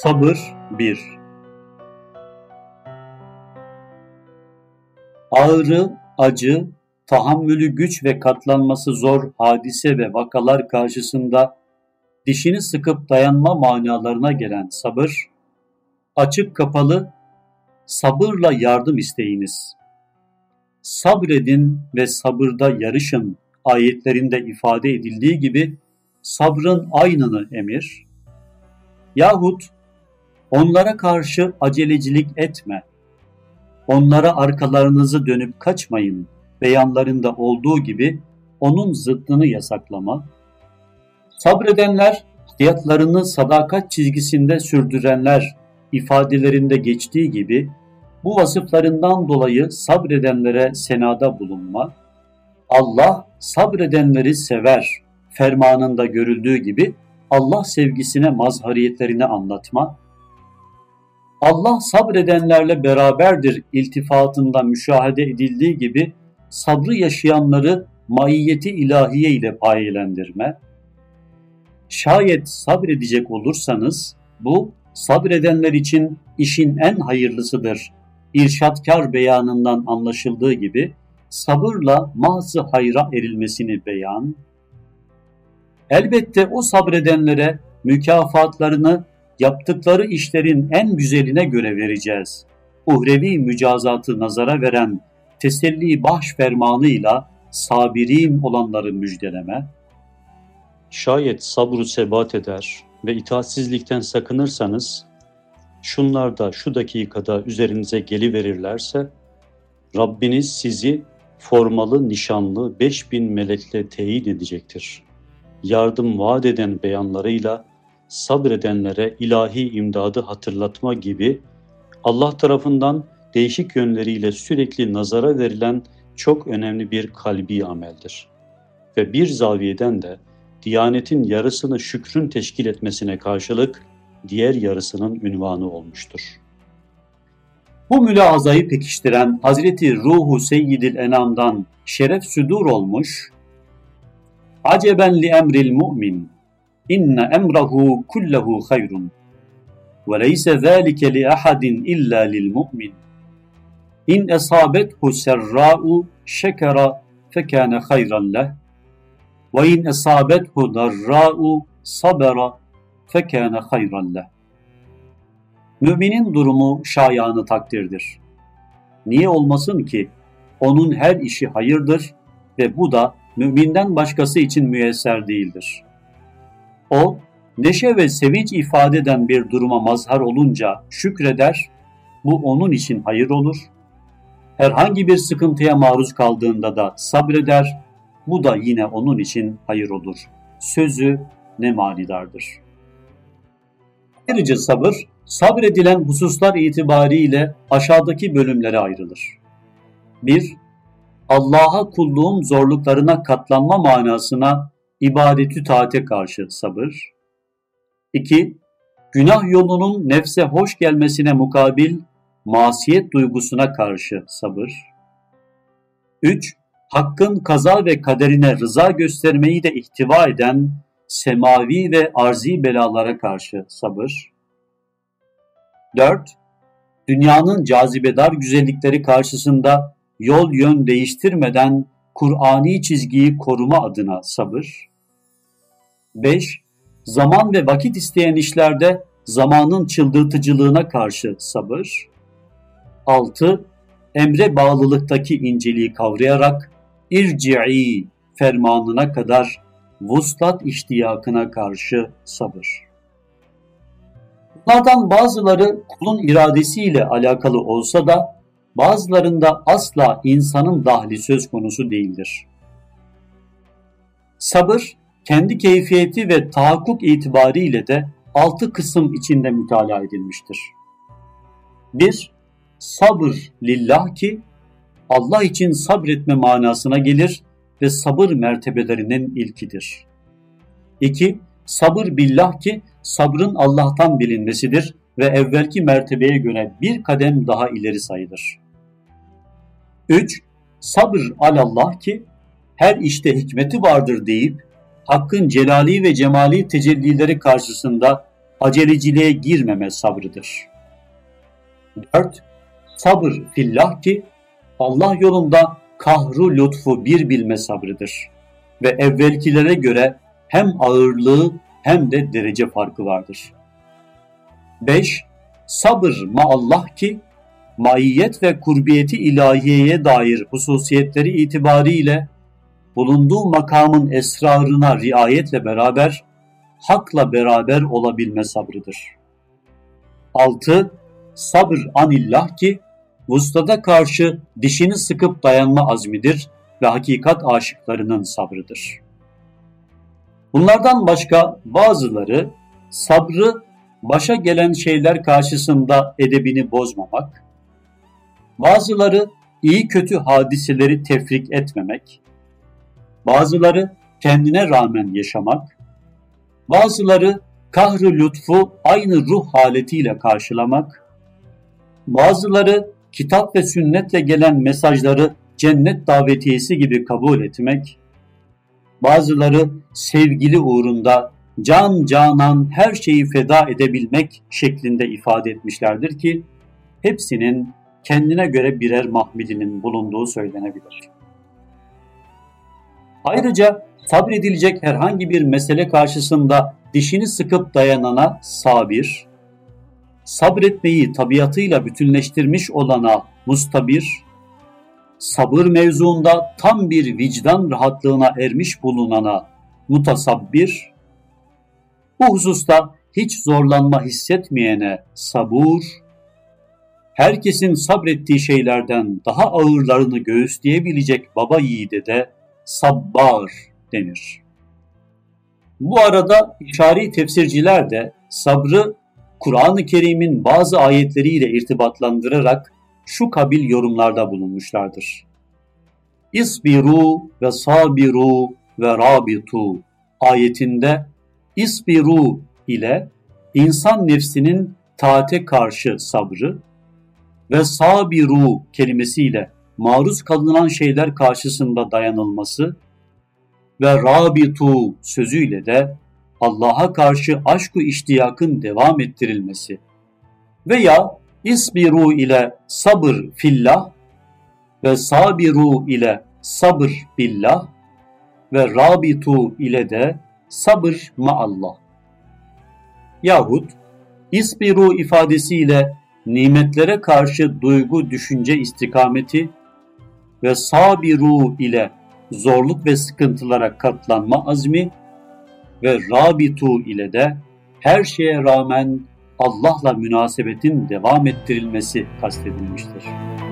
Sabır 1. Ağrı, acı, tahammülü güç ve katlanması zor hadise ve vakalar karşısında dişini sıkıp dayanma manalarına gelen sabır, açık kapalı, sabırla yardım isteyiniz. Sabredin ve sabırda yarışın ayetlerinde ifade edildiği gibi sabrın aynını emir, yahut onlara karşı acelecilik etme, onlara arkalarınızı dönüp kaçmayın beyanlarında olduğu gibi onun zıttını yasaklama, sabredenler hayatlarını sadakat çizgisinde sürdürenler ifadelerinde geçtiği gibi bu vasıflarından dolayı sabredenlere senada bulunma, Allah sabredenleri sever fermanında görüldüğü gibi Allah sevgisine mazhariyetlerini anlatma, Allah sabredenlerle beraberdir iltifatında müşahede edildiği gibi sabrı yaşayanları maiyeti ilahiye ile payelendirme, şayet sabredecek olursanız bu sabredenler için işin en hayırlısıdır. İrşatkar beyanından anlaşıldığı gibi sabırla mahz-ı hayra erilmesini beyan, elbette o sabredenlere mükafatlarını yaptıkları işlerin en güzeline göre vereceğiz. Uhrevi mücazatı nazara veren teselli bahş fermanıyla sabirin olanları müjdeleme, şayet sabru sebat eder ve itaatsizlikten sakınırsanız, şunlar da şu dakikada üzerinize geliverirlerse, Rabbiniz sizi formalı, nişanlı 5000 melekle teyit edecektir. Yardım vaat eden beyanlarıyla sabredenlere ilahi imdadı hatırlatma gibi Allah tarafından değişik yönleriyle sürekli nazara verilen çok önemli bir kalbi ameldir. Ve bir zaviyeden de Diyanetin yarısını şükrün teşkil etmesine karşılık diğer yarısının ünvanı olmuştur. Bu mülahazayı pekiştiren Hazreti Ruhu Seyyidil Enam'dan şeref südur olmuş, aceben li emril mu'min, inne emrahu kullahu hayrun, ve leyse zâlike li ahadin illa lil mu'min, in esabethu serrâ'u şekera fekâne hayran leh, ve in esabethu darrâ'u sabera fekâne hayran leh. Müminin durumu şayanı takdirdir. Niye olmasın ki? Onun her işi hayırdır ve bu da müminden başkası için müyesser değildir. O, neşe ve sevinç ifade eden bir duruma mazhar olunca şükreder, bu onun için hayır olur. Herhangi bir sıkıntıya maruz kaldığında da sabreder, bu da yine onun için hayır olur. Sözü ne manidardır. Ayrıca sabır, sabredilen hususlar itibariyle aşağıdaki bölümlere ayrılır. 1. Allah'a kulluğun zorluklarına katlanma manasına ibadetü taate karşı sabır. 2. Günah yolunun nefse hoş gelmesine mukabil masiyet duygusuna karşı sabır. 3. Hakkın kaza ve kaderine rıza göstermeyi de ihtiva eden semavi ve arzi belalara karşı sabır. 4. Dünyanın cazibedar güzellikleri karşısında yol yön değiştirmeden Kur'ani çizgiyi koruma adına sabır. 5. Zaman ve vakit isteyen işlerde zamanın çıldırtıcılığına karşı sabır. 6. Emre bağlılıktaki inceliği kavrayarak irci'i fermanına kadar vuslat iştiyakına karşı sabır. Bunlardan bazıları kulun iradesiyle alakalı olsa da bazılarında asla insanın dahli söz konusu değildir. Sabır, kendi keyfiyeti ve tahakkuk itibariyle de 6 kısım içinde mütalaa edilmiştir. 1. Sabır lillah ki Allah için sabretme manasına gelir ve sabır mertebelerinin ilkidir. 2. Sabır billah ki sabrın Allah'tan bilinmesidir ve evvelki mertebeye göre bir kadem daha ileri sayılır. 3. Sabır alallah ki her işte hikmeti vardır deyip Hakk'ın celali ve cemali tecellileri karşısında aceleciliğe girmeme sabrıdır. 4. Sabır fillah ki Allah yolunda kahru lütfu bir bilme sabrıdır ve evvelkilere göre hem ağırlığı hem de derece farkı vardır. 5. Sabır maallah ki maiyet ve kurbiyeti ilahiyeye dair hususiyetleri itibariyle bulunduğu makamın esrarına riayetle beraber hakla beraber olabilme sabrıdır. 6. Sabır anillah ki vustada karşı dişini sıkıp dayanma azmidir ve hakikat aşıklarının sabrıdır. Bunlardan başka bazıları sabrı başa gelen şeyler karşısında edebini bozmamak, bazıları iyi kötü hadiseleri tefrik etmemek, bazıları kendine rağmen yaşamak, bazıları kahr-ı lütfu aynı ruh haletiyle karşılamak, bazıları kitap ve sünnetle gelen mesajları cennet davetiyesi gibi kabul etmek, bazıları sevgili uğrunda can canan her şeyi feda edebilmek şeklinde ifade etmişlerdir ki hepsinin kendine göre birer mahmidinin bulunduğu söylenebilir. Ayrıca sabredilecek herhangi bir mesele karşısında dişini sıkıp dayanana sabir, sabretmeyi tabiatıyla bütünleştirmiş olana mustabir, sabır mevzuunda tam bir vicdan rahatlığına ermiş bulunana mutasabbir, bu hususta hiç zorlanma hissetmeyene sabur, herkesin sabrettiği şeylerden daha ağırlarını göğüsleyebilecek baba yiğide de sabbar denir. Bu arada işari tefsirciler de sabrı Kur'an-ı Kerim'in bazı ayetleriyle irtibatlandırarak şu kabil yorumlarda bulunmuşlardır. İsbiru ve sabiru ve rabitu ayetinde isbiru ile insan nefsinin taate karşı sabrı ve sabiru kelimesiyle maruz kalınan şeyler karşısında dayanılması ve rabitu sözüyle de Allah'a karşı aşk-ı iştiyakın devam ettirilmesi veya isbiru ile sabır fillah ve sabiru ile sabır billah ve rabitu ile de sabır maallah yahut isbiru ifadesiyle nimetlere karşı duygu düşünce istikameti ve sabiru ile zorluk ve sıkıntılara katlanma azmi ve rabitu ile de her şeye rağmen Allah'la münasebetin devam ettirilmesi kastedilmiştir.